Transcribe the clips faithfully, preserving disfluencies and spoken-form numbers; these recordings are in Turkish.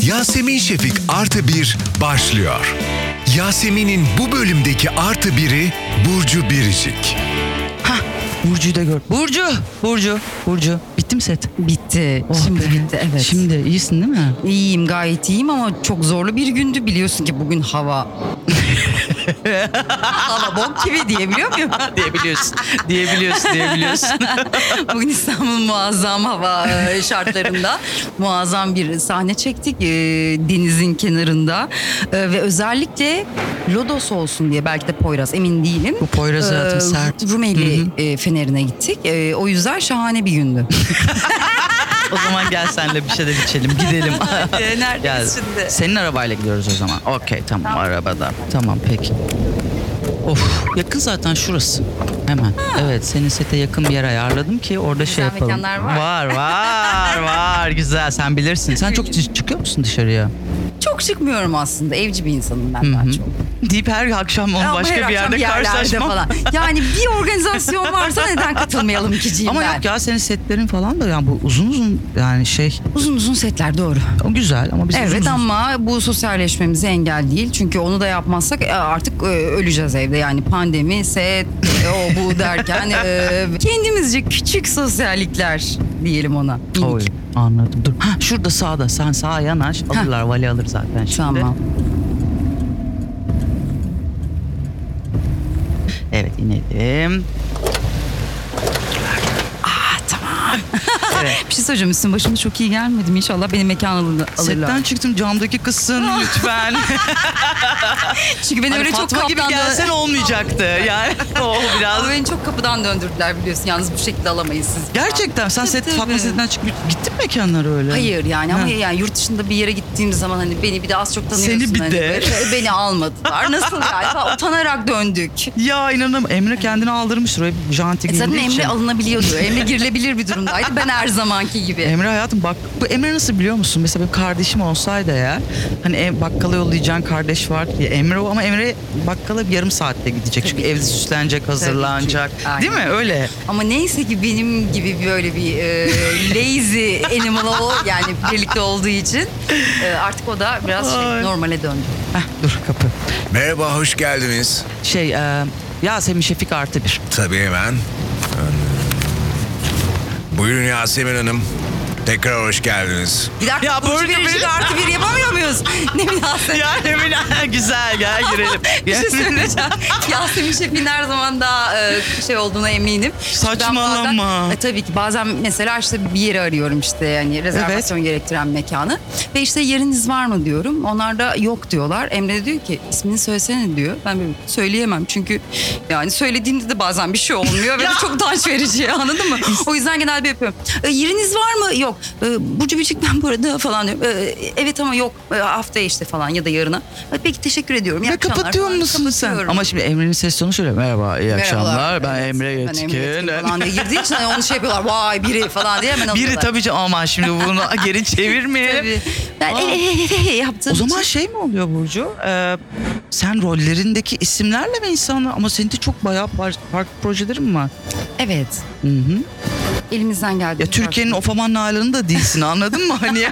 Yasemin Şefik Artı Bir başlıyor. Yasemin'in bu bölümdeki artı biri Burcu Biricik. Hah, Burcu'yu da gör. Burcu, Burcu, Burcu. Bitti mi set? Bitti. Oh Şimdi be. bitti, evet. Şimdi iyisin değil mi? İyiyim, gayet iyiyim ama çok zorlu bir gündü. Biliyorsun ki bugün hava... hava bok gibi diyebiliyor muyum? diyebiliyorsun, diyebiliyorsun, diyebiliyorsun. Bugün İstanbul'un muazzam hava e, şartlarında muazzam bir sahne çektik e, denizin kenarında. E, ve özellikle lodos olsun diye, belki de Poyraz, emin değilim. Bu Poyraz hayatım sert. Rumeli Hı hı. e, Fener'ine gittik. E, o yüzden şahane bir gündü. O zaman gel senle bir şeyler içelim, gidelim. Neredeyiz Gel. şimdi? Senin arabayla gidiyoruz o zaman. Okey, tamam, arabada. Tamam, peki. Of, yakın zaten şurası. Hemen. Evet, senin sete yakın bir yer ayarladım ki orada Güzel şey yapalım. mekanlar var. Var, var, var. Güzel, sen bilirsin. Sen çok çıkıyor musun dışarıya? Çok çıkmıyorum aslında. Evci bir insanım ben daha Hı hı. çok. Deyip her akşam onu Ama başka her bir akşam yerde yerlerde karşılaşmam. falan. Yani bir organizasyon varsa neden katılmayalım kiciyim Ama ben. yok ya, senin setlerin falan da yani bu uzun uzun yani şey. Uzun uzun setler, doğru. O güzel ama biz Evet, uzun uzun- ama bu sosyalleşmemize engel değil. Çünkü onu da yapmazsak e, artık e, öleceğiz evde. Yani pandemi, set, e, o bu derken e, kendimizce küçük sosyallikler diyelim ona. Minik. Oy, anladım. Dur. Ha, şurada sağda. Sen sağa yanaş. Alırlar. Vali alır zaten şimdi. Tamam. Evet, inelim. Ah, tamam. Evet. Bir şey söyleyeceğim. Üstün başımız çok iyi gelmedi mi? İnşallah benim mekan alırlar. Setten çıktım, camdaki kızsın lütfen. Çünkü beni Hani öyle çok Fatma gibi kaptan gelsen olmayacaktı. Yani o biraz. Ama beni çok kapıdan döndürdüler, biliyorsun. Yalnız bu şekilde alamayız siz. Gerçekten sen set Tabii. Fatma setinden çıkıp gittin mi mekanlara öyle? Hayır yani, ama Ha. yani yurt dışında bir yere gittiğim zaman hani beni bir de az çok tanıyorsun. Seni bir hani de. böyle. Beni almadılar. Nasıl yani? Falan utanarak döndük. Ya inanamıyorum. Emre kendini aldırmıştır. O hep janti E zaten giyindiği için. Emre alınabiliyordu. Emre girilebilir bir durumdaydı. Ben her zamanki gibi. Emre hayatım bak, bu Emre nasıl biliyor musun? Mesela benim kardeşim olsaydı eğer, hani ev, bakkala yollayacağın kardeş var diye Emre o, ama Emre bakkala bir yarım saatte gidecek. Çünkü evde süslenecek, hazırlanacak. Aynen. Değil mi? Öyle. Ama neyse ki benim gibi böyle bir e, lazy animal o, yani birlikte olduğu için e, artık o da biraz şey, Ay. normale döndü. Heh, dur kapı. Merhaba, hoş geldiniz. Şey, e, Yasemin Şefik Artı Bir. Tabii hemen. Buyurun Yasemin Hanım. Tekrar hoş geldiniz. Bir dakika, Ya ya Burcu Burcu Biricik Biricik- artı bir yapamıyor muyuz? Ne münasebet. Ya Emine güzel, gel girelim. Bir şey söyleyeceğim. Yasemin Şefik'in her zaman daha e, şey olduğuna eminim. Saçmalama. Ben bazen, e, tabii ki bazen mesela işte bir yeri arıyorum, işte yani rezervasyon gerektiren mekanı. Ve işte yeriniz var mı diyorum. Onlar da yok diyorlar. Emre de diyor ki ismini söylesene diyor. Ben böyle söyleyemem çünkü yani söylediğimde de bazen bir şey olmuyor ve de çok utanç verici, anladın mı? O yüzden genelde yapıyorum. E, yeriniz var mı? Yok. E, Burcu Biricik ben bu arada falan diyorum. E, evet ama yok. E, haftaya işte falan ya da yarına. E, peki teşekkür ediyorum. İyi Ve akşamlar kapatıyor falan. musun sen? Kapatıyorum. Ama şimdi Emre'nin ses tonu şöyle. Merhaba, iyi akşamlar. Ben Evet, Emre Ben Yetkin. Emre Yetkin falan diye girdiği için hani onu şey yapıyorlar. Vay biri falan diye hemen Biri alıyorlar. tabii ki, aman şimdi bunu geri çevirmeyelim. Tabii. Ben Aa. e, e, e, e, yaptığım O zaman için- şey mi oluyor Burcu? Ee, sen rollerindeki isimlerle mi insanlar, ama senin de çok bayağı par- farklı projelerin var. Evet. Hı hı. Elimizden geldi. Ya Türkiye'nin Ofaman Nalan'ı da değilsin, anladın mı hani?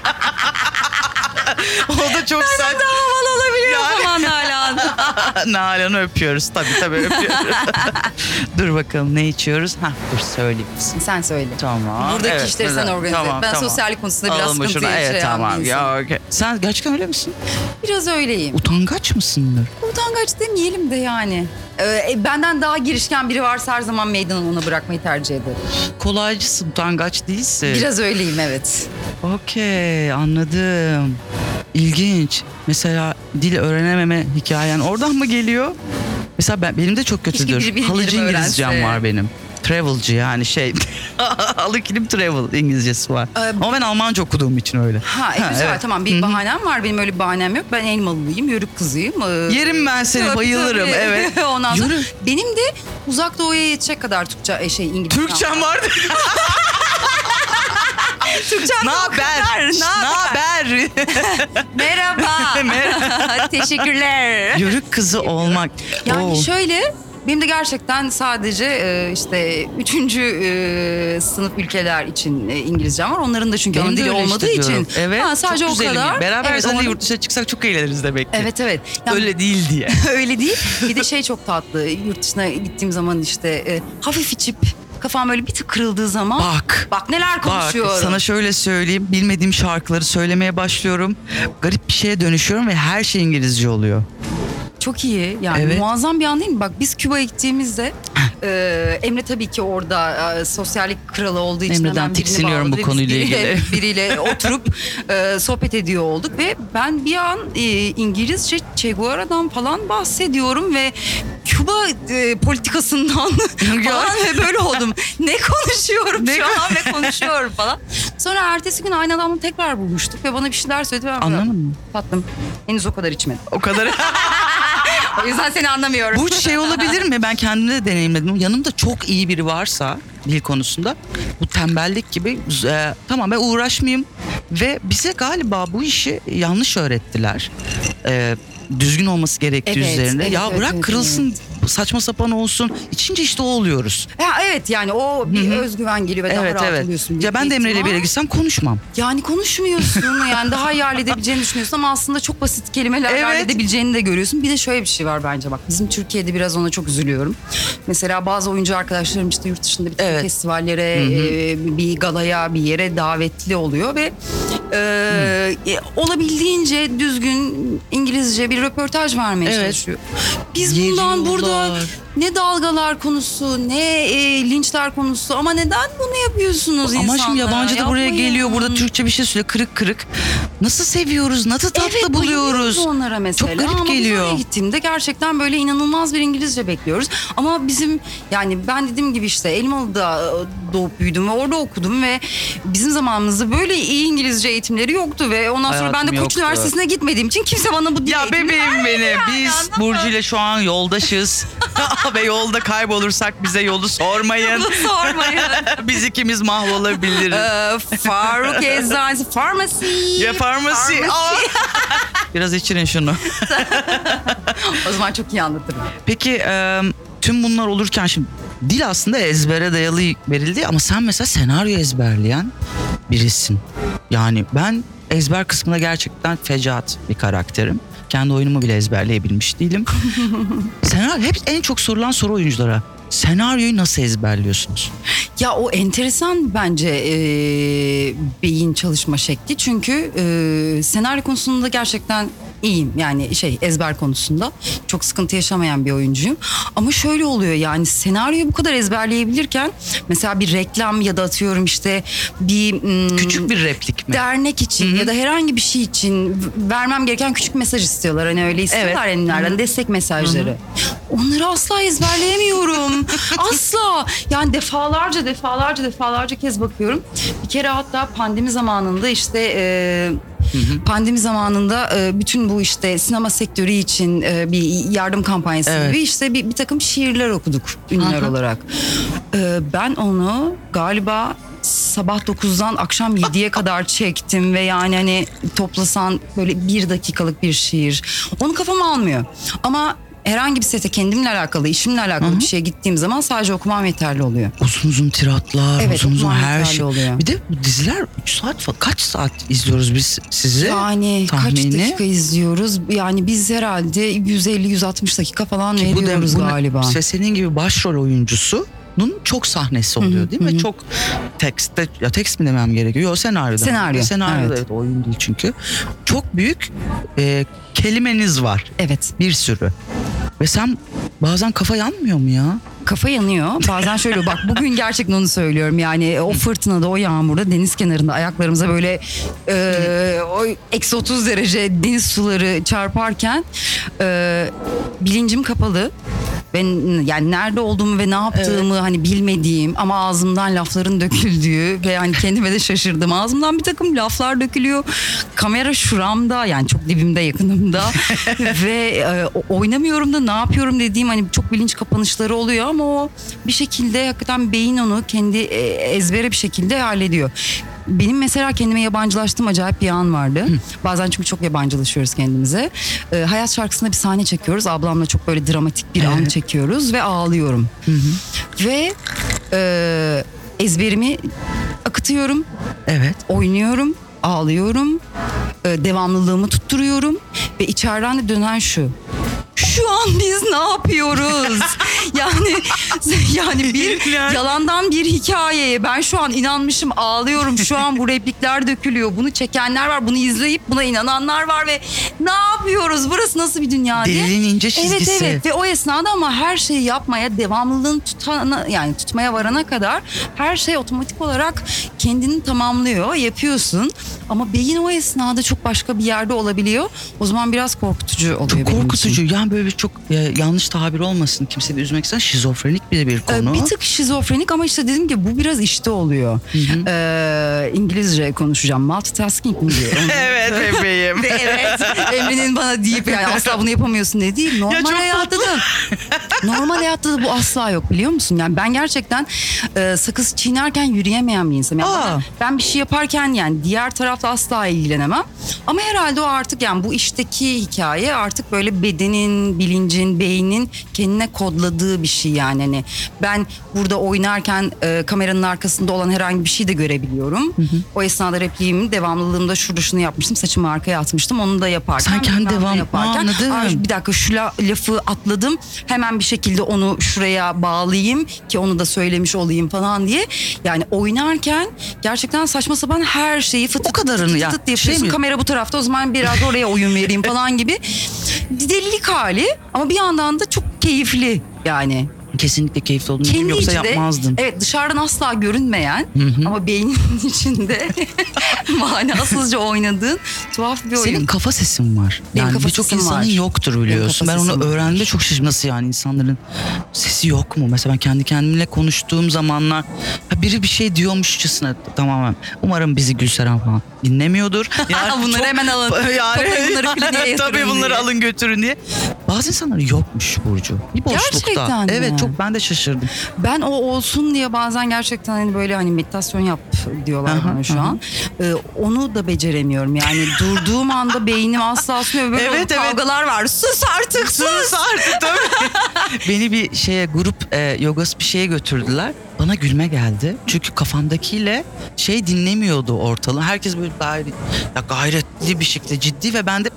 O da çok sert. daha havalı olabilir Yani- o zaman Nalan. Nalan'ı öpüyoruz tabii tabii öpüyoruz. Dur bakalım ne içiyoruz? Hah, dur söyleyeyim. Sen söyle. Tamam. Buradaki evet, işleri sen güzel. organize et. Tamam, Ben tamam. sosyallik konusunda biraz Alalım sıkıntı şunu. Evet yaşayan tamam. bir insanım. Ya, okay. Sen gerçekten öyle misin? Biraz öyleyim. Utangaç mısındır? Utangaç demeyelim de yani. Ee, benden daha girişken biri varsa her zaman meydanı ona bırakmayı tercih ederim. Kolaycısın, utangaç değilsin. Biraz öyleyim, evet. Okey, anladım. İlginç. Mesela dil öğrenememe hikayen oradan mı geliyor? Mesela ben, benim de çok Keşke kötüdür. biri benim Halıcı yerime İngilizcem öğrense. var benim. Travelci yani şey. Halı kilim travel İngilizcesi var. Ee, Ama ben Almanca okuduğum için öyle. Ha, e, güzel, evet. tamam, bir Hı hı. bahanem var. Benim öyle bir bahanem yok. Ben Elmalılıyım, Yörük kızıyım. Ee, Yerim ben seni, tabii, bayılırım, tabii. evet. Ondan sonra Yürü. benim de uzak doğuya yetecek kadar Türkçe e, şey İngilizce. Türkçem vardı. Türkçem Ne haber? Ne haber? Merhaba. Merhaba. Teşekkürler. Yörük kızı olmak. Yani Oo. şöyle Benim de gerçekten sadece e, işte üçüncü e, sınıf ülkeler için e, İngilizcem var. Onların da çünkü ana dili olmadığı için. Evet. Ha, sadece çok o güzelim kadar. ya. Beraber Evet, seninle orada- yurt dışına çıksak çok eğleniriz demek ki. Evet evet. Yani Öyle değil diye. öyle değil. Bir de şey çok tatlı. Yurt dışına gittiğim zaman işte e, hafif içip kafam böyle bir tık kırıldığı zaman. Bak. Bak neler konuşuyorum. Bak sana şöyle söyleyeyim. Bilmediğim şarkıları söylemeye başlıyorum. Garip bir şeye dönüşüyorum ve her şey İngilizce oluyor. Çok iyi yani Evet. muazzam bir an değil mi? Bak biz Küba'ya gittiğimizde e, Emre tabii ki orada e, sosyallik kralı olduğu için Emre'den hemen birini tiksiniyorum bağladı bu ve biz konuyla biriyle, ilgili. biriyle oturup e, sohbet ediyor olduk ve ben bir an e, İngilizce Che Guevara'dan falan bahsediyorum ve Küba e, politikasından falan ve böyle oldum. Ne konuşuyorum Ne şu an ve konuşuyorum falan. Sonra ertesi gün aynı adamla tekrar bulmuştuk ve bana bir şeyler söyledi. Ben Anladın mı? Tatlım. Henüz o kadar içmedim. O kadar. O yüzden seni anlamıyorum. Bu şey olabilir mi? Ben kendimde de deneyimledim. Yanımda çok iyi biri varsa dil konusunda bu tembellik gibi e, tamam ben uğraşmayayım ve bize galiba bu işi yanlış öğrettiler. E, düzgün olması gerektiği Evet, üzerinde. evet, ya evet, bırak evet, kırılsın saçma sapan olsun. İçince işte o oluyoruz. Ya evet yani o bir Hı hı. özgüven geliyor ve daha Evet rahat evet. oluyorsun. Ya ben de büyük Emre ile bir ihtimal. yere gitsem konuşmam. Yani konuşmuyorsun yani daha iyi halledebileceğini düşünüyorsun ama aslında çok basit kelimelerle Evet. halledebileceğini de görüyorsun. Bir de şöyle bir şey var bence bak bizim Türkiye'de biraz ona çok üzülüyorum. Mesela bazı oyuncu arkadaşlarım işte yurt dışında bir takım Evet. festivallere, e, bir galaya, bir yere davetli oluyor ve e, e, olabildiğince düzgün İngilizce bir röportaj vermeye Evet. çalışıyor. Biz bundan burada Geliyorlar. ne dalgalar konusu, ne e, linçler konusu ama neden bunu yapıyorsunuz insanlara? Ama şimdi yabancı da buraya Yapmayın. geliyor. Burada Türkçe bir şey söylüyor. Kırık kırık. Nasıl seviyoruz? Nasıl tatlı Evet, buluyoruz? bayılıyoruz onlara mesela. Çok garip ama geliyor. biz oraya gittiğimde gerçekten böyle inanılmaz bir İngilizce bekliyoruz. Ama bizim yani ben dediğim gibi işte Elmalı'da e, doğup büyüdüm ve orada okudum ve bizim zamanımızda böyle iyi İngilizce eğitimleri yoktu ve ondan sonra ben de Hayatım Koç yoktu. Üniversitesi'ne gitmediğim için kimse bana bu dil Ya eğitimini bebeğim vermedi benim. yani, Biz anladın mı? Burcu ile şu an yoldaşız. Ve yolda kaybolursak bize yolu sormayın. Sormayın. Biz ikimiz mahvolabiliriz. Ee, Faruk Eczanesi, Pharmacy. Ya farmasi. Aa! Biraz içirin şunu. O zaman çok iyi anlatırım. Peki e, tüm bunlar olurken şimdi dil aslında ezbere dayalı verildi ama sen mesela senaryo ezberleyen birisin. Yani ben ezber kısmında gerçekten fecaat bir karakterim. Kendi oyunumu bile ezberleyebilmiş değilim. Senaryo hep en çok sorulan soru oyunculara. Senaryoyu nasıl ezberliyorsunuz? Ya o enteresan bence e, beyin çalışma şekli. Çünkü e, senaryo konusunda gerçekten iyiyim. Yani şey ezber konusunda çok sıkıntı yaşamayan bir oyuncuyum. Ama şöyle oluyor yani senaryoyu bu kadar ezberleyebilirken mesela bir reklam ya da atıyorum işte bir mm, Küçük bir replik mi? dernek için ya da herhangi bir şey için v- vermem gereken küçük mesaj istiyorlar. Hani öyle istiyorlar Evet. elimlerden destek mesajları. Onları asla ezberleyemiyorum. Asla. Yani defalarca defalarca defalarca kez bakıyorum. Bir kere hatta pandemi zamanında işte e, pandemi zamanında e, bütün bu işte sinema sektörü için e, bir yardım kampanyası Evet. gibi işte bir, bir takım şiirler okuduk ünlüler Aha. olarak. E, ben onu galiba sabah dokuzdan akşam yediye kadar çektim ve yani hani toplasan böyle bir dakikalık bir şiir. Onu kafam almıyor. Ama herhangi bir sete kendimle alakalı, işimle alakalı bir şeye gittiğim zaman sadece okumam yeterli oluyor. Uzun uzun tiratlar, Evet, uzun uzun okuman her yeterli şey. oluyor. Bir de bu diziler üç saat falan. Kaç saat izliyoruz biz sizi? Yani tahmini? kaç dakika izliyoruz? Yani biz herhalde yüz elli yüz altmış dakika falan Ki bu da- veriyoruz bu ne- galiba. Ve senin gibi başrol oyuncusunun çok sahnesi oluyor değil mi? Çok tekstte ya tekst mi demem gerekiyor? Yok senaryoda. Senaryo, Senaryoda evet. evet. Oyun değil çünkü. Çok büyük e, kelimeniz var. Evet. Bir sürü. Ve sen bazen kafa yanmıyor mu ya? Kafa yanıyor. Bazen şöyle bak bugün gerçekten onu söylüyorum. Yani o fırtınada, o yağmurda deniz kenarında ayaklarımıza böyle e, o eksi otuz derece deniz suları çarparken e, bilincim kapalı. Ben yani nerede olduğumu ve ne yaptığımı hani bilmediğim ama ağzımdan lafların döküldüğü ve yani kendime de şaşırdım. Ağzımdan bir takım laflar dökülüyor. Kamera şuramda yani çok dibimde yakınımda ve e, oynamıyorum da ne yapıyorum dediğim hani çok bilinç kapanışları oluyor ama o bir şekilde hakikaten beyin onu kendi e, ezbere bir şekilde hallediyor. benim mesela kendime yabancılaştığım acayip bir an vardı. Hı. Bazen çünkü çok yabancılaşıyoruz kendimize. Ee, Hayat şarkısında bir sahne çekiyoruz. Ablamla çok böyle dramatik bir evet. an çekiyoruz ve ağlıyorum. Hı hı. Ve e, ezberimi akıtıyorum. Evet. Oynuyorum, ağlıyorum. E, devamlılığımı tutturuyorum ve içeriden de dönen şu. Şu an biz ne yapıyoruz? yani yani bir yalandan bir hikayeye ben şu an inanmışım, ağlıyorum. Şu an bu replikler dökülüyor. Bunu çekenler var, bunu izleyip buna inananlar var ve ne yapıyoruz? Burası nasıl bir dünya diye. Delilin ince çizgisi. Evet evet ve o esnada ama her şeyi yapmaya, devamlılığını tutana, yani tutmaya varana kadar her şey otomatik olarak kendini tamamlıyor, yapıyorsun. Ama beyin o esnada çok başka bir yerde olabiliyor. O zaman biraz korkutucu oluyor. Çok benim korkutucu. için. Yani böyle bir çok e, yanlış tabir olmasın. Kimseyi de üzmek istemez. Şizofrenik bir bir konu. Ee, bir tık şizofrenik ama işte dedim ki bu biraz işte oluyor. Ee, İngilizce konuşacağım. Multitasking mi diyor? evet bebeğim. evet. Emre'nin bana deyip yani asla bunu yapamıyorsun ne değil. Normal hayatta da normal hayatta da bu asla yok biliyor musun? Yani ben gerçekten e, sakız çiğnerken yürüyemeyen bir insanım. Yani bana, ben bir şey yaparken yani diğer tarafta asla ilgilenemem. Ama herhalde o artık yani bu işteki hikaye artık böyle bedenin, bilincin, beynin kendine kodladığı bir şey yani. Hani ben burada oynarken e, kameranın arkasında olan herhangi bir şey de görebiliyorum. Hı hı. O esnada repliğimin devamlılığımda şurada şunu yapmıştım, saçımı arkaya atmıştım, onu da yaparken. Sen kendi devam yaparken, anladım. Bir dakika şu la, lafı atladım, hemen bir şekilde onu şuraya bağlayayım ki onu da söylemiş olayım falan diye. Yani oynarken gerçekten saçma sapan her şeyi fıtıt o kadarını fıtıt, ya. fıtıt yapıyorsun. Şey kamera bu tarafta, o zaman biraz oraya oyun vereyim falan gibi. Delilik hali ama bir yandan da çok keyifli yani. Kesinlikle keyifli olduğunu kendi yoksa içinde, yapmazdın. Evet, dışarıdan asla görünmeyen hı hı. ama beynin içinde manasızca oynadığın tuhaf bir oyun. Senin kafa sesin var. Benim yani birçok insanın var. Yoktur biliyorsun. Ben onu öğrendiğimde çok şaşırdım. Nasıl yani insanların sesi yok mu? Mesela ben kendi kendimle konuştuğum zamanlar biri bir şey diyormuşçasına tamamen. Umarım bizi Gülseren falan dinlemiyordur. Yani bunları çok, hemen alın. Yani, bunları kliniğe tabii bunları diye. alın götürün diye. Bazı insanların yokmuş Burcu. Bir boşlukta. Gerçekten mi? Evet, çok ben de şaşırdım. Ben o olsun diye bazen gerçekten hani böyle hani meditasyon yap diyorlar aha, bana şu aha. an. Ee, onu da beceremiyorum. Yani durduğum anda beynim asla sönüyor. Böyle evet, kavgalar evet. var. Sus artık sus. Sus artık tabii. Beni bir şeye grup e, yogası bir şeye götürdüler. Bana gülme geldi. Çünkü kafamdakiyle şey dinlemiyordu ortalığı. Herkes böyle gayret, ya gayretli bir şekilde ciddi ve ben de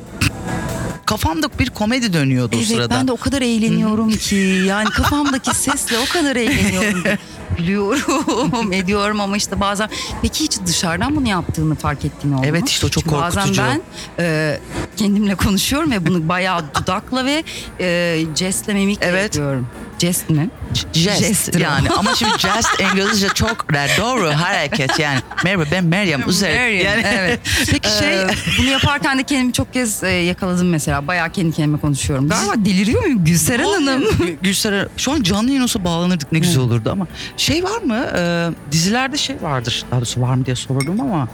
kafamda bir komedi dönüyordu evet, o sırada. Evet, ben de o kadar eğleniyorum ki. Yani kafamdaki sesle o kadar eğleniyorum ki. Biliyorum, ediyorum ama işte bazen peki hiç dışarıdan bunu yaptığını fark ettiğin oldu mu? Evet, işte o çok Çünkü korkutucu. Bazen ben e, kendimle konuşuyorum ve bunu bayağı dudakla ve e, jestle mimikle evet. yapıyorum. Jest mi? Jest, jest yani ama şimdi jest İngilizce çok doğru hareket yani. Merhaba ben Meryem Uzer. Yani evet. Peki şey ee, bunu yaparken de kendimi çok kez e, yakaladım mesela. Bayağı kendi kendime konuşuyorum. Galiba deliriyor muyum Gülseren Hanım? Gülseren şu an canlı yayın olsa bağlanırdık ne güzel olurdu ama şey var mı? Ee, dizilerde şey vardır. Daha doğrusu var mı diye sordum ama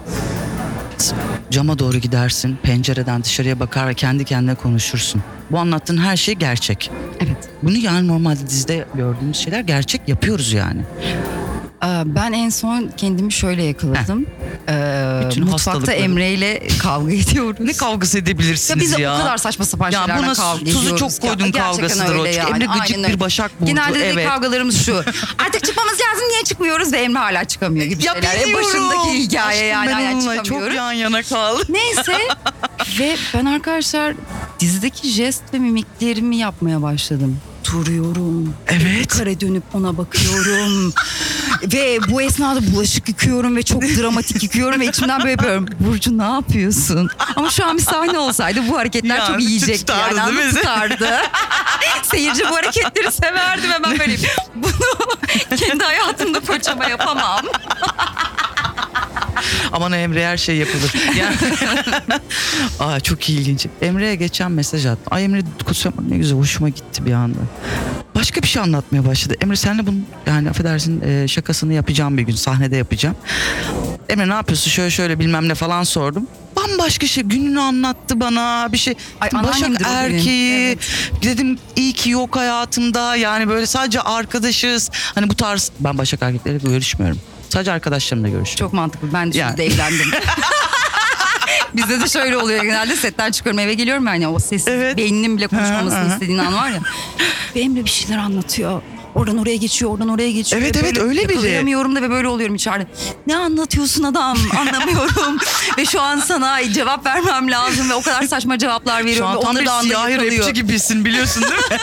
cama doğru gidersin, pencereden dışarıya bakar ve kendi kendine konuşursun. Bu anlattığın her şey gerçek. Evet. Bunu yani normalde dizide gördüğümüz şeyler gerçek yapıyoruz yani. Ben en son kendimi şöyle yakaladım. Ee, mutfakta Emre ile kavga ediyoruz. Ne kavgası edebilirsiniz ya? Ya biz o kadar saçma sapan ya şeylerle kavga ediyoruz. Tuzu çok koydun kavgasıdır o. Yani. Emre gıcık Aynen bir başak buldu. Genelde evet. de kavgalarımız şu. Artık çıkmamız lazım, niye çıkmıyoruz ve Emre hala çıkamıyor gibi ya şeyler. Biliyorum. Başındaki hikaye Aşkım yani hala çıkamıyoruz. Çok yan yana kaldı. Neyse ve ben arkadaşlar dizideki jest ve mimiklerimi yapmaya başladım. Duruyorum. Evet. Kare dönüp ona bakıyorum. Ve bu esnada bulaşık yıkıyorum ve çok dramatik yıkıyorum ve içimden böyle yapıyorum. Burcu ne yapıyorsun? Ama şu an bir sahne olsaydı bu hareketler ya, çok yiyecekti. Tutardı yani, değil mi? Tutardı. Seyirci bu hareketleri severdi ve ben böyleyim. Bunu kendi hayatımda koçama yapamam. Aman Emre her şey yapılır. Yani... Aa, çok ilginç. Emre'ye geçen mesaj attım. Ay Emre kusura bakma ne güzel hoşuma gitti bir anda. Başka bir şey anlatmaya başladı. Emre senle bunu yani affedersin e, şakasını yapacağım bir gün. Sahnede yapacağım. Emre ne yapıyorsun şöyle şöyle bilmem ne falan sordum. Bambaşka şey gününü anlattı bana bir şey. Ay, Başak erkeği evet. Dedim iyi ki yok hayatımda yani böyle sadece arkadaşız. Hani bu tarz ben Başak erkekleriyle görüşmüyorum. Sadece arkadaşlarımla görüşüyorum. Çok mantıklı. Ben de Yani. şimdi evlendim. Bizde de şöyle oluyor genelde, setten çıkıyorum eve geliyorum yani o ses Evet. beyninin bile konuşmamasını Hı hı. istediğin an var ya. Ve Emre bir şeyler anlatıyor. Oradan oraya geçiyor, oradan oraya geçiyor. Evet, Ve evet, böyle öyle biri. yakalayamıyorum da ve böyle oluyorum içeride. Ne anlatıyorsun adam? Anlamıyorum. Ve şu an sana cevap vermem lazım ve o kadar saçma cevaplar Şu veriyorum. an ve tam onları bir da anda siyahi yakalıyor. rapçi gibisin, biliyorsun değil mi?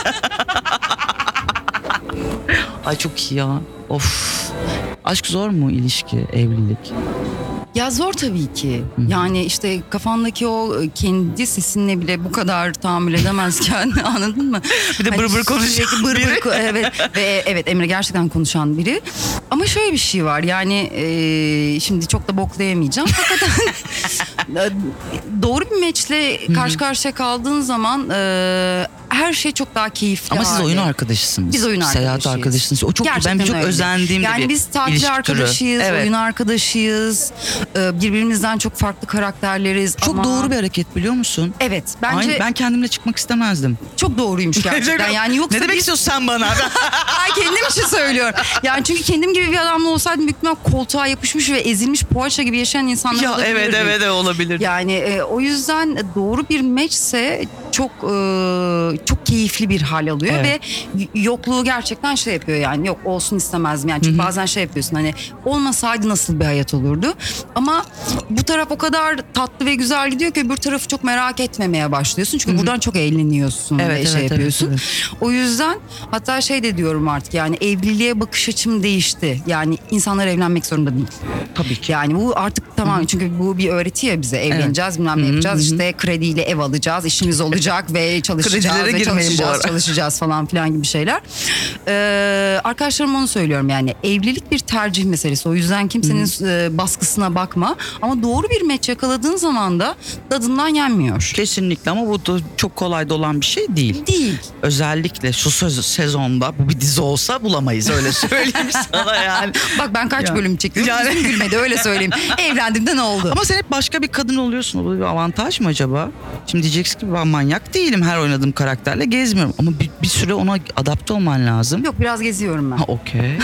Ay çok iyi ya. Of. Aşk zor mu, ilişki, evlilik? Ya zor tabii ki. Yani işte kafandaki o kendi sesinle bile bu kadar tahammül edemezken anladın mı? Bir de Hani bır bır konuşan sürekli bır biri. bır ko- evet ve evet Emre gerçekten konuşan biri. Ama şöyle bir şey var yani e, şimdi çok da boklayamayacağım. Hakikaten e, doğru bir match'le karşı karşıya kaldığın zaman e, her şey çok daha keyifli. Ama siz hale. oyun arkadaşısınız. Biz oyun Seyahat arkadaşıyız. arkadaşısınız. O çok Gerçekten ben çok öyle. özendiğim yani bir biz tatil ilişki arkadaşıyız, türü. Evet. oyun arkadaşıyız. Ee, Birbirimizden çok farklı karakterleriz. Çok ama... doğru bir hareket, biliyor musun? Evet bence Aynı, ben kendimle çıkmak istemezdim. çok doğruymuş gerçekten. Yani yoksa ne demek biz- istiyorsun sen bana? Ben kendim için söylüyorum. Yani çünkü kendim gibi bir adamla olsaydım büyük ihtimal koltuğa yapışmış ve ezilmiş poğaça gibi yaşayan insanlar ya olabilirdim. evet evet evet, olabilir. Yani e, o yüzden doğru bir matchse çok e, çok keyifli bir hal alıyor Evet. ve y- yokluğu gerçekten şey yapıyor yani yok olsun istemezdim yani çünkü bazen şey yapıyorsun hani olmasaydı nasıl bir hayat olurdu ama bu taraf o kadar tatlı ve güzel gidiyor ki öbür tarafı çok merak etmemeye başlıyorsun çünkü buradan çok eğleniyorsun Evet, ve evet, şey evet, yapıyorsun. evet. O yüzden hatta şey de diyorum artık yani evliliğe bakış açım değişti yani insanlar evlenmek zorunda değil. Tabii ki. Yani bu artık tamam çünkü bu bir öğreti ya bize evleneceğiz bilmem ne yapacağız işte krediyle ev alacağız işimiz olacak ve çalışacağız Kredilere ve girmeyin bu çalışacağız ara. çalışacağız falan filan gibi şeyler. Ee, arkadaşlarım onu söylüyorum yani evlilik bir tercih meselesi o yüzden kimsenin e, baskısına bakma ama doğru bir match yakaladığın zaman da tadından yenmiyor. Kesinlikle, ama bu da çok kolay da olan bir şey değil. Değil. Özellikle şu söz, sezonda bu bir dizi olsa bulamayız, öyle söyleyeyim sana yani. Bak ben kaç Ya. bölüm çekiyorum Yani- yüzüm gülmedi öyle söyleyeyim. Evlendiğimde ne oldu? Ama sen hep başka bir kadın oluyorsun. O bir avantaj mı acaba? Şimdi diyeceksin ki ben manyak değilim, her oynadığım karakterle gezmiyorum. Ama bir, bir süre ona adapte olman lazım. Yok biraz geziyorum ben. Ha okey.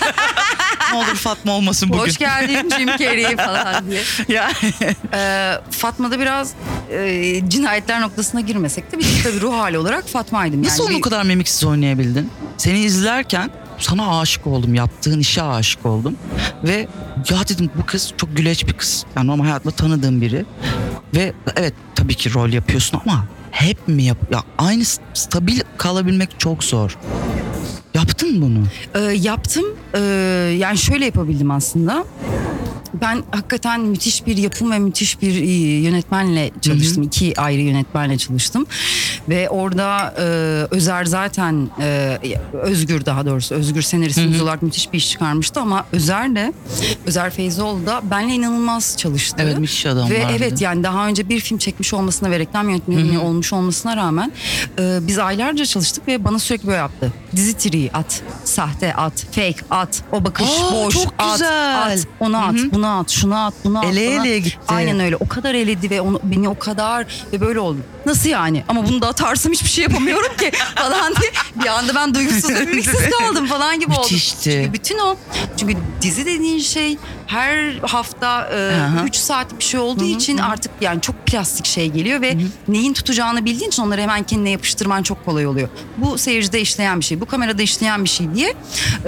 Ne olur Fatma olmasın bugün. Hoş geldin Jim Carrey falan diye. Ya. Ee, Fatma'da biraz e, cinayetler noktasına girmesek de biz tabii ruh hali olarak Fatma'ydım. Nasıl yani onu bir- o kadar mimiksiz oynayabildin? Seni izlerken sana aşık oldum. Yaptığın işe aşık oldum. Ve ya dedim bu kız çok güleç bir kız. Yani normal hayatla tanıdığım biri. Ve evet tabii ki rol yapıyorsun ama hep mi yap? Ya aynı stabil kalabilmek çok zor. Yaptın mı bunu? Ee, yaptım. Ee, yani şöyle yapabildim aslında. Ben hakikaten müthiş bir yapım ve müthiş bir e, yönetmenle çalıştım. İki ayrı yönetmenle çalıştım. Ve orada e, Özer zaten e, Özgür daha doğrusu Özgür senaristimiz olarak müthiş bir iş çıkarmıştı ama Özer de Özer Feyzoğlu da benle inanılmaz çalıştı. Evet, müthiş adam Ve vardı. evet yani daha önce bir film çekmiş olmasına ve reklam yönetmeni olmuş olmasına rağmen e, biz aylarca çalıştık ve bana sürekli böyle yaptı. Dizi triği at, sahte at, fake at, o bakış Aa, boş çok at, güzel. at, onu at, bunu at, şunu at, bunu at. Ele bunu at. ele gitti. Aynen öyle. O kadar eledi ve onu, beni o kadar ve böyle oldu. Nasıl yani? Ama bunu da atarsam hiçbir şey yapamıyorum ki falan diye. Bir anda ben duygusuz ve ümitsiz kaldım falan gibi oldu. Müthişti. Çünkü bütün o, çünkü dizi dediğin şey her hafta Aha. üç saat bir şey olduğu için artık yani çok plastik şey geliyor ve neyin tutacağını bildiğin için onları hemen kendine yapıştırman çok kolay oluyor. Bu seyircide işleyen bir şey, bu kamerada işleyen bir şey diye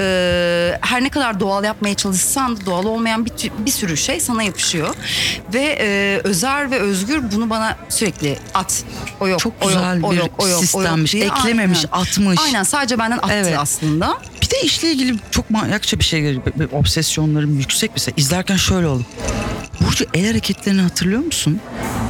e, her ne kadar doğal yapmaya çalışsan da doğal olmayan bir, tü- bir sürü şey sana yapışıyor. Ve e, Özer ve Özgür bunu bana sürekli at. O yok, Çok o yok, güzel o bir yok, o yok, o yok sistemmiş. diye. Eklememiş, Aynen. atmış. Aynen sadece benden attı Evet. aslında. Bir de işle ilgili çok manyakça bir şey geliyor. Bir- bir Obsesyonlarım yüksek mesela. İzlerken şöyle oldu. Burcu, el hareketlerini hatırlıyor musun?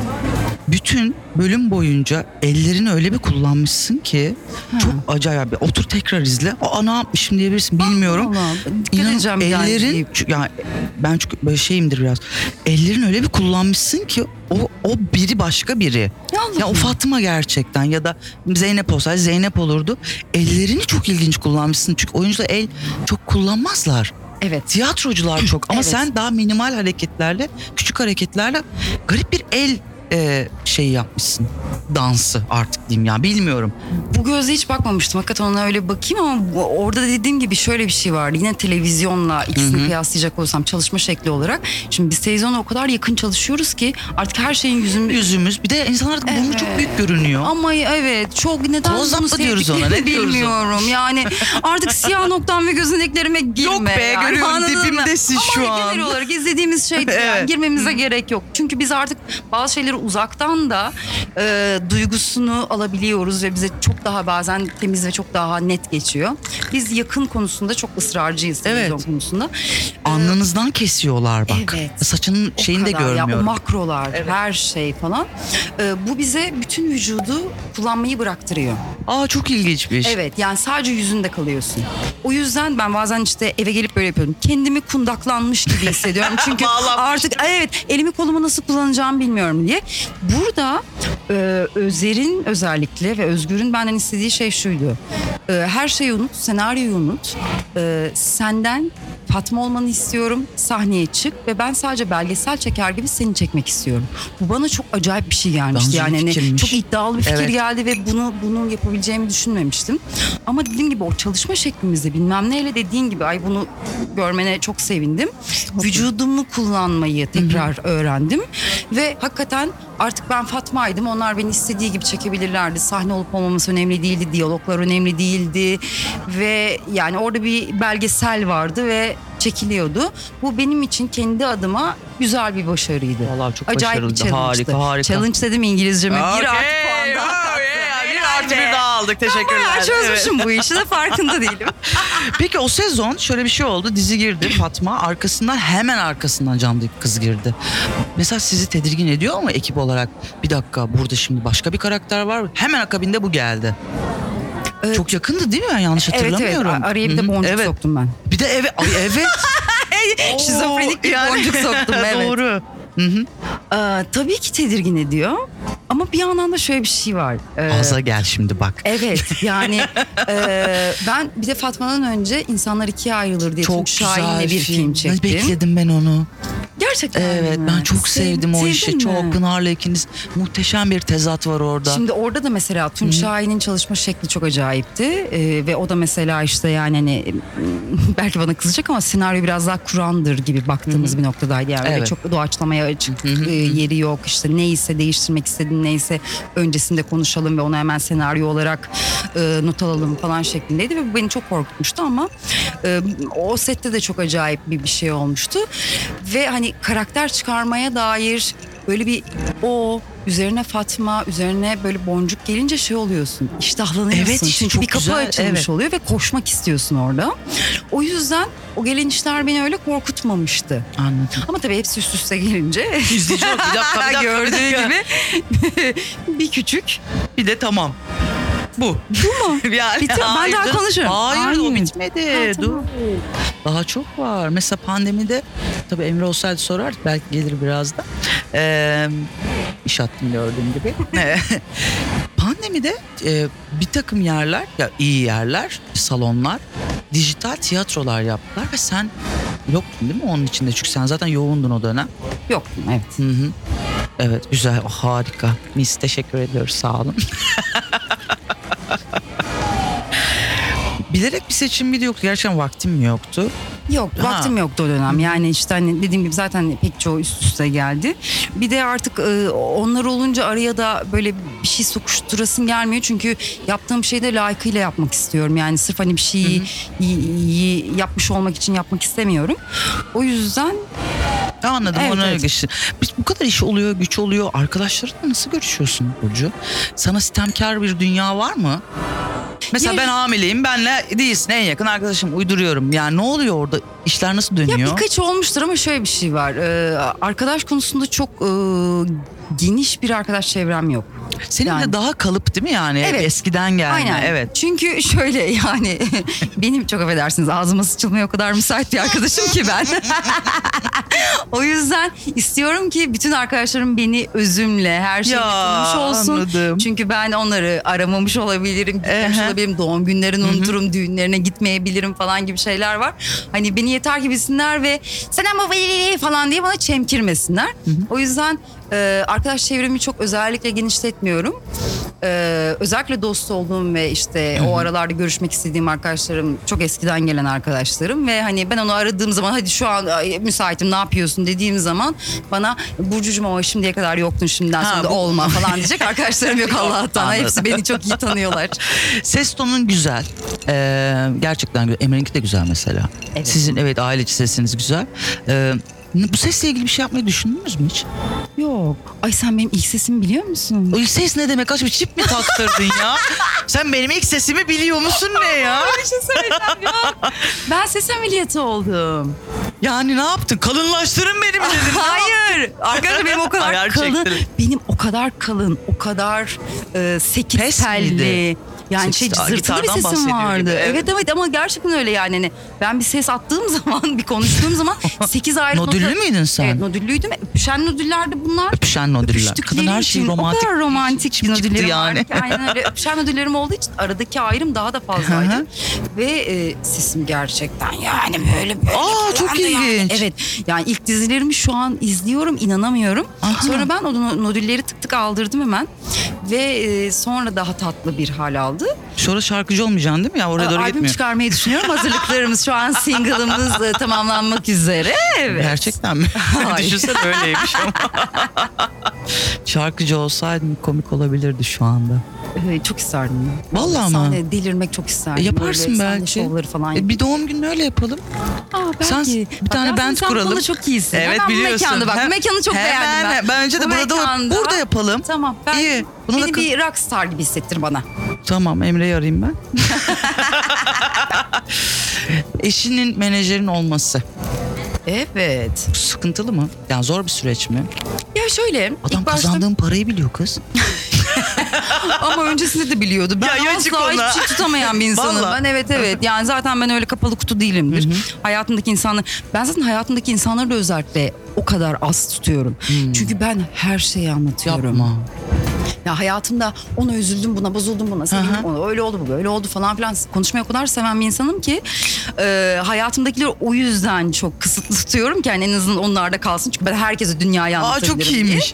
Bütün bölüm boyunca ellerini öyle bir kullanmışsın ki çok acayip. Otur tekrar izle. Aa, ne yapmışım diyebilirsin, bilmiyorum. Allah, dikkat İnan, edeceğim bir daha ellerin izleyip. çünkü yani ben çünkü böyle şeyimdir biraz. Ellerin öyle bir kullanmışsın ki o o biri başka biri. Ya Allah'ım. Ya o Fatma gerçekten, ya da Zeynep olsaydı Zeynep olurdu. Ellerini çok ilginç kullanmışsın. Çünkü oyuncular el çok kullanmazlar. Evet. Tiyatrocular çok ama Evet. sen daha minimal hareketlerle, küçük hareketlerle garip bir el e, şey yapmışsın. Dansı artık diyeyim ya, bilmiyorum. Bu gözle hiç bakmamıştım. Hakikaten ona öyle bakayım ama bu- orada dediğim gibi şöyle bir şey vardı. Yine televizyonla ikisini Hı hı. kıyaslayacak olursam çalışma şekli olarak. Şimdi biz televizyonla o kadar yakın çalışıyoruz ki artık her şeyin yüzünü... Yüzümüz, bir de insanlar artık burnu Evet. çok büyük görünüyor. Ama evet, çok neden Close up bunu mı diyoruz ona, ne diyoruz bilmiyorum. Yani artık siyah noktam ve gözündeklerime girme. Yok be, yani. görüyorum, Anladın mı? dibimdesin Ama şu an. genel olarak izlediğimiz şey yani Evet. girmemize gerek yok. Çünkü biz artık bazı şeyleri uzaktan da e, duygusunu alabiliyoruz ve bize çok daha bazen temiz ve çok daha net geçiyor. Biz yakın konusunda çok ısrarcıyız televizyon Evet. konusunda. Alnınızdan kesiyorlar bak. Evet. Saçının O şeyini de kadar ya, görmüyorum. o makrolar, Evet. her şey falan. Ee, bu bize bütün vücudu kullanmayı bıraktırıyor. Aa, çok ilginç bir iş. Evet, yani sadece yüzünde kalıyorsun. O yüzden ben bazen işte eve gelip böyle yapıyorum. Kendimi kundaklanmış gibi hissediyorum. Çünkü artık evet, elimi kolumu nasıl kullanacağımı bilmiyorum diye. Burada e, Özer'in özellikle ve Özgür'ün benden istediği şey şuydu. E, her şeyi unut, senaryoyu unut. E, senden Fatma olmanı istiyorum. Sahneye çık ve ben sadece belgesel çeker gibi seni çekmek istiyorum. Bu bana çok acayip bir şey gelmişti. Bence Yani hani fikirmiş. çok iddialı bir fikir Evet. geldi ve bunu bunu yapabileceğimi düşünmemiştim. Ama dediğim gibi o çalışma şeklimizde bilmem neyle dediğin gibi ay bunu görmene çok sevindim. Vücudumu kullanmayı tekrar öğrendim ve hakikaten artık ben Fatma'ydım. Onlar beni istediği gibi çekebilirlerdi. Sahne olup olmaması önemli değildi. Diyaloglar önemli değildi. Ve yani orada bir belgesel vardı ve çekiliyordu. Bu benim için kendi adıma güzel bir başarıydı. Vallahi çok Acayip bir başarılıydı. challenge'tı. Harika, harika. Challenge dedim İngilizceme. Bir Okey, artı puan daha oh, kattım. yeah, bir Helal artı be. bir daha aldık. Teşekkürler. Ben çözmüşüm bu işi de farkında değilim. Peki o sezon şöyle bir şey oldu. Dizi girdi, Fatma arkasından, hemen arkasından Can Duygu kız girdi. Mesela sizi tedirgin ediyor mu ekip olarak? Bir dakika, burada şimdi başka bir karakter var. Hemen akabinde bu geldi. Evet. Çok yakındı değil mi? Ben yanlış Evet evet, hatırlamıyorum. araya bir de Hı hı, boncuk evet. soktum ben. Bir de evet, ay evet. Şizofrenik bir Yani- boncuk soktum, evet. Doğru. Hı hı. Ee, tabii ki tedirgin ediyor. Ama bir yandan da şöyle bir şey var. Ee, Ağza gel şimdi bak. Evet yani e, ben bir de Fatma'dan önce İnsanlar İkiye Ayrılır diye Çok Tunç Şahin'le güzel bir film çektim. Bekledim ben onu. Gerçekten Evet, mi? ben çok Sev- sevdim o sevdin işi. mi? Çok Pınar'la ikiniz, muhteşem bir tezat var orada. Şimdi orada da mesela Tunç Şahin'in çalışma şekli çok acayipti. Ee, ve o da mesela işte yani hani belki bana kızacak ama senaryo biraz daha Kur'an'dır gibi baktığımız bir noktadaydı. Yani öyle Evet. çok doğaçlamaya açık e, yeri yok. İşte neyse değiştirmek istediğin neyse öncesinde konuşalım ve onu hemen senaryo olarak e, not alalım falan şeklindeydi ve bu beni çok korkutmuştu ama e, o sette de çok acayip bir, bir şey olmuştu. Ve hani karakter çıkarmaya dair böyle bir o üzerine Fatma, üzerine böyle boncuk gelince şey oluyorsun. İştahlanıyorsun. Evet, işte Çünkü çok bir kapı güzel, açılmış evet. oluyor ve koşmak istiyorsun orada. O yüzden o gelen işler beni öyle korkutmamıştı. Anladım. Ama tabii hepsi üst üste gelince İzleyici olarak bir dakika, bir dakika, bir gördüğü dakika. gibi bir küçük. Bir de tamam. Bu. Bu mu? Yani, Bitti. Ben hayır daha canım. konuşurum. Hayır, Hayır. o bitmedi. Ha, Dur. tamam. Daha çok var. Mesela pandemide, tabii Emre olsaydı sorar, belki gelir birazdan. Ee, iş attım gördüğün gibi. Pandemide e, bir takım yerler, ya iyi yerler, salonlar, dijital tiyatrolar yaptılar ve sen yoktun değil mi onun içinde? Çünkü sen zaten yoğundun o dönem. Yok evet. Hı hı. Evet, güzel, oh, harika. Mis, teşekkür ediyoruz, sağ olun. Bilerek bir seçim miydi yoktu? Gerçekten vaktim mi yoktu? Yok Ha. vaktim yoktu o dönem. Yani işte hani dediğim gibi zaten pek çoğu üst üste geldi. Bir de artık e, onlar olunca araya da böyle bir şey sokuşturasım gelmiyor. Çünkü yaptığım şeyi de layıkıyla yapmak istiyorum. Yani sırf hani bir şeyi iyi, iyi yapmış olmak için yapmak istemiyorum. O yüzden Anladım, Evet, ona evet. geçti. Biz bu kadar iş oluyor, güç oluyor. Arkadaşlarınla nasıl görüşüyorsun Burcu? Sana sitemkar bir dünya var mı? Mesela Ya- ben hamileyim, benle değilsin, en yakın arkadaşım, uyduruyorum. Yani ne oluyor orada? İşler nasıl dönüyor? ya birkaç olmuştur ama şöyle bir şey var. Ee, arkadaş konusunda çok e, geniş bir arkadaş çevrem yok. Senin yani- de daha kalıp değil mi yani? Evet. Eskiden gelme. Aynen. Evet. Çünkü şöyle yani benim çok affedersiniz ağzıma sıçılmaya o kadar müsait bir arkadaşım ki ben. O yüzden istiyorum ki bütün arkadaşlarım beni özümle her şeyle Ya, tanımış olsun. anladım. Çünkü ben onları aramamış olabilirim, gitmemiş Ehe. olabilirim, doğum günlerini unuturum, düğünlerine gitmeyebilirim falan gibi şeyler var. Hani beni yeter ki bilsinler ve sen ama falan diye bana çemkirmesinler. Hı hı. O yüzden e, arkadaş çevremi çok özellikle genişletmiyorum. Ee, özellikle dost olduğum ve işte Hı-hı. o aralarda görüşmek istediğim arkadaşlarım çok eskiden gelen arkadaşlarım ve hani ben onu aradığım zaman hadi şu an müsaitim ne yapıyorsun dediğim zaman bana Burcucuğum ama şimdiye kadar yoktun şimdiden sonra da bu... olma falan diyecek arkadaşlarım yok Allah'tan. Hepsi beni çok iyi tanıyorlar. Ses tonun güzel. Ee, gerçekten güzel. Emre'ninki de güzel mesela. Evet. Sizin evet aileci sesiniz güzel. Ee, Bu sesle ilgili bir şey yapmayı düşündünüz mü hiç? Yok. Ay sen benim ilk sesimi biliyor musun? O ilk ses ne demek? Kaç bir çip mi taktırdın ya? Sen benim ilk sesimi biliyor musun ne ya? Bir şey söyleyeceğim ya. Ben ses ameliyatı oldum. Yani ne yaptın? Kalınlaştırın beni mi dedin? Hayır. Arkadaşlar benim o kadar Ayar kalın. çektirin. Benim o kadar kalın, o kadar e, sekiz Pes telli. miydi? Yani Ses, şey zırtılı bir sesim vardı. Gibi, evet. evet evet ama gerçekten öyle yani. Hani ben bir ses attığım zaman, bir konuştuğum zaman sekiz ayrı Nodüllü nokta... müydün sen? Evet nodüllüydüm. Öpüşen nodüllerde bunlar. Öpüşen nodüller. Kadın her şeyi romantik. O kadar romantik bir nodüllerim yani. var. Aynen öyle. Öpüşen nodüllerim olduğu için aradaki ayrım daha da fazlaydı. Ve e, sesim gerçekten yani böyle böyle. Aa çok ilginç. Yani. Evet yani ilk dizilerimi şu an izliyorum, inanamıyorum. Aha. Sonra ben o nodülleri tık tık aldırdım hemen. Ve e, sonra daha tatlı bir hal aldı. Sonra şarkıcı olmayacaksın değil mi ya? Oraya doğru albüm gitmiyor. Albüm çıkarmayı düşünüyorum. Hazırlıklarımız şu an single'ımız e, tamamlanmak üzere. Evet. Gerçekten mi? Düşünsene öyleymiş ama. Şarkıcı olsaydın komik olabilirdi şu anda. Evet, çok isterdim. Vallahi mı? Sahne delirmek çok isterdim. E, yaparsın böyle, belki. Şovları falan. E, bir doğum günü öyle yapalım. Aa, belki. Sen bir tane band kuralım. Sen çok iyisin. Evet hemen biliyorsun. Bu mekanda bak. Bu mekanı çok hemen, beğendim ben. Bence de bu burada, mekanda, burada yapalım. Tamam. Ben, İyi. Bunu beni da... bir rockstar gibi hissettir bana. Tamam Emre'yi arayayım ben. Eşinin menajerin olması. Evet. Sıkıntılı mı? Yani zor bir süreç mi? Ya şöyle. Adam kazandığın başta... parayı biliyor kız. Ama öncesinde de biliyordu. Ben ya, asla hiçbir şey tutamayan bir insanım. Ben evet evet. Yani zaten ben öyle kapalı kutu değilimdir. Hı hı. Hayatımdaki insanlar... Ben zaten hayatımdaki insanları da özellikle o kadar az tutuyorum. Hmm. Çünkü ben her şeyi anlatıyorum. Yapma. Ya hayatımda ona üzüldüm, buna bozuldum, buna sevindim, ona öyle oldu, bu böyle oldu falan filan. Konuşmayı o kadar seven bir insanım ki e, hayatımdakileri o yüzden çok kısıtlı tutuyorum ki yani en azından onlarda kalsın. Çünkü ben herkese dünyayı anlatabilirim. Aa çok iyiymiş.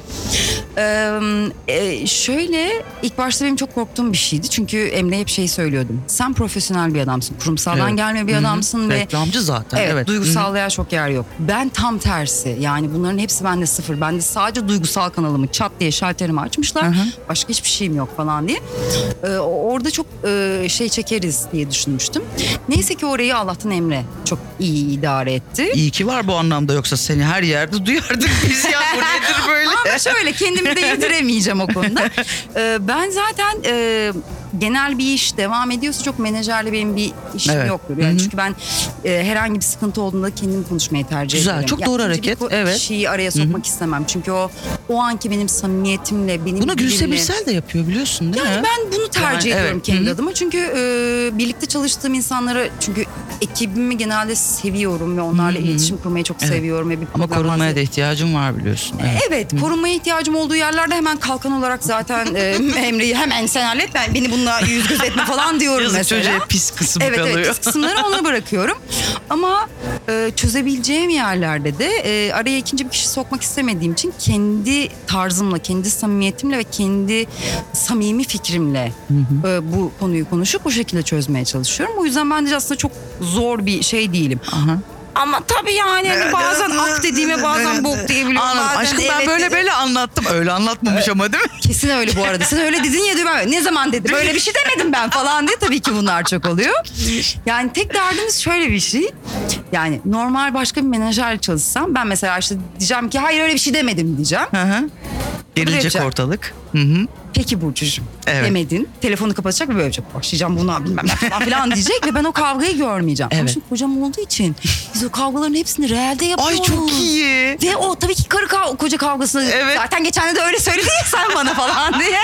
Ee, e, şöyle ilk başta benim çok korktuğum bir şeydi. Çünkü Emre'ye hep şey söylüyordum. Sen profesyonel bir adamsın. Kurumsaldan evet. gelme bir Hı-hı. adamsın. ve Reklamcı zaten. Evet, evet. duygusallığa çok yer yok. Ben tam tersi. Yani bunların hepsi bende sıfır. Bende sadece duygusal kanalımı çat diye şalterimi açmışlar. Hı-hı. Başka hiçbir şeyim yok falan diye. Ee, orada çok e, şey çekeriz diye düşünmüştüm. Neyse ki orayı Allah'tan Emre çok iyi idare etti. İyi ki var bu anlamda, yoksa seni her yerde duyardık biz ya. Bu nedir böyle? Ama şöyle kendimi de yediremeyeceğim o konuda. Ee, ben zaten e, genel bir iş devam ediyorsa çok menajerle benim bir işim evet. yoktur. Yani çünkü ben e, herhangi bir sıkıntı olduğunda kendim konuşmayı tercih Güzel, ederim. çok yani doğru hareket. Bir evet. kişiyi araya sokmak Hı-hı. istemem. Çünkü o o anki benim samimiyetimle benim Bunu Gülse Birsel de yapıyor biliyorsun değil yani mi? Ben bunu tercih yani, ediyorum evet. kendi Hı-hı. adıma. Çünkü e, birlikte çalıştığım insanları, çünkü ekibimi genelde seviyorum ve onlarla Hı-hı. iletişim kurmayı çok evet. seviyorum. Ve bir Ama korunmaya hazır... da ihtiyacım var biliyorsun. Evet, evet korunmaya ihtiyacım olduğu yerlerde hemen kalkan olarak zaten e, Emre'yi hemen sen hallet, ben beni bununla yüz göz etme falan diyorum Yazık mesela. çocuğa pis kısım evet, kalıyor. Evet pis kısımları ona bırakıyorum. Ama e, çözebileceğim yerlerde de e, araya ikinci bir kişi sokmak istemediğim için kendi tarzımla, kendi samimiyetimle ve kendi samimi fikrimle e, bu konuyu konuşup bu şekilde çözmeye çalışıyorum. O yüzden bence aslında çok zor bir şey değilim. Aha. Ama tabii yani hani bazen ak dediğime bazen bok diyebiliyorum. Anladım. Aşkım ben evet böyle böyle anlattım. Öyle anlatmamış ama değil mi? Kesin öyle bu arada. Sen öyle dedin ya diyor, ben ne zaman dedim böyle bir şey demedim ben falan diye, tabii ki bunlar çok oluyor. Yani tek derdimiz şöyle bir şey. Yani normal başka bir menajerle çalışsam ben mesela işte diyeceğim ki hayır öyle bir şey demedim diyeceğim. Hı hı. Gerilecek ortalık. Hı hı. Peki Burcucuğum evet. demedin. Telefonu kapatacak ve böyle yapacak. Başlayacağım buna bilmem ne falan filan diyecek ve ben o kavgayı görmeyeceğim. Evet. Ama şimdi kocam olduğu için biz o kavgaların hepsini realde yapıyoruz. Ay çok iyi. Ve o tabii ki karı kav- koca kavgasını evet. zaten geçen de öyle söyledin ya sen bana falan diye.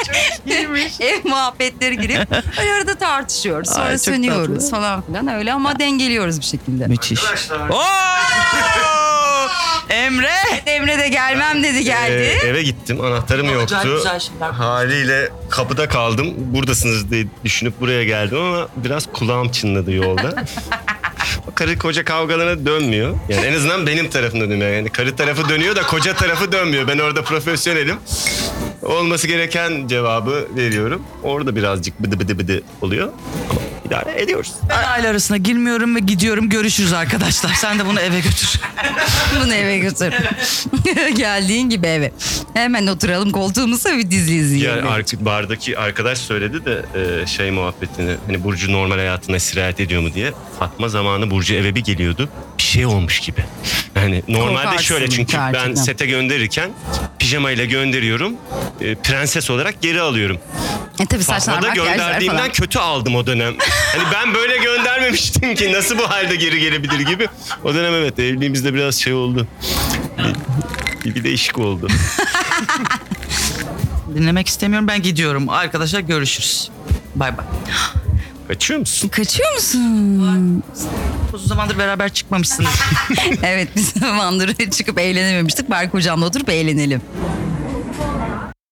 Ev muhabbetleri girip öyle arada tartışıyoruz. Sonra Ay, sönüyoruz falan filan öyle ama dengeliyoruz bir şekilde. Müthiş. Emre. Evet, Emre de gelmem dedi geldi. Ee, eve gittim, anahtarım yoktu. Haliyle kapıda kaldım. Buradasınız diye düşünüp buraya geldim ama biraz kulağım çınladı yolda. karı koca kavgalarına dönmüyor. Yani en azından benim tarafımda dönüyor. Yani karı tarafı dönüyor da koca tarafı dönmüyor. Ben orada profesyonelim. Olması gereken cevabı veriyorum. Orada birazcık bıdı bıdı bıdı oluyor. Ama idare ediyoruz. Ben aile arasına girmiyorum ve gidiyorum. Görüşürüz arkadaşlar. Sen de bunu eve götür. Bunu eve götür. Geldiğin gibi eve. Hemen oturalım koltuğumuza bir dizi izleyelim. Ya ar- bardaki arkadaş söyledi de e, şey muhabbetini, hani Burcu normal hayatına sirayet ediyor mu diye. Fatma zamanı Burcu eve bir geliyordu. Bir şey olmuş gibi. Yani normalde Korkarsın şöyle, çünkü ben gerçekten. sete gönderirken pijamayla gönderiyorum. E, prenses olarak geri alıyorum. E tabii saçlar, Fatma'da makyajlar gönderdiğimden falan. kötü aldım o dönem. Hani ben böyle göndermemiştim ki, nasıl bu halde geri gelebilir gibi. O dönem evet, evliliğimizde biraz şey oldu. Bir, bir değişik oldu. Dinlemek istemiyorum. Ben gidiyorum. Arkadaşlar görüşürüz. Bay bay. Kaçıyor musun? Kaçıyor musun? Uzun zamandır beraber çıkmamışsınız. Evet, biz zamandır çıkıp eğlenememiştik. Berk hocamla oturup eğlenelim.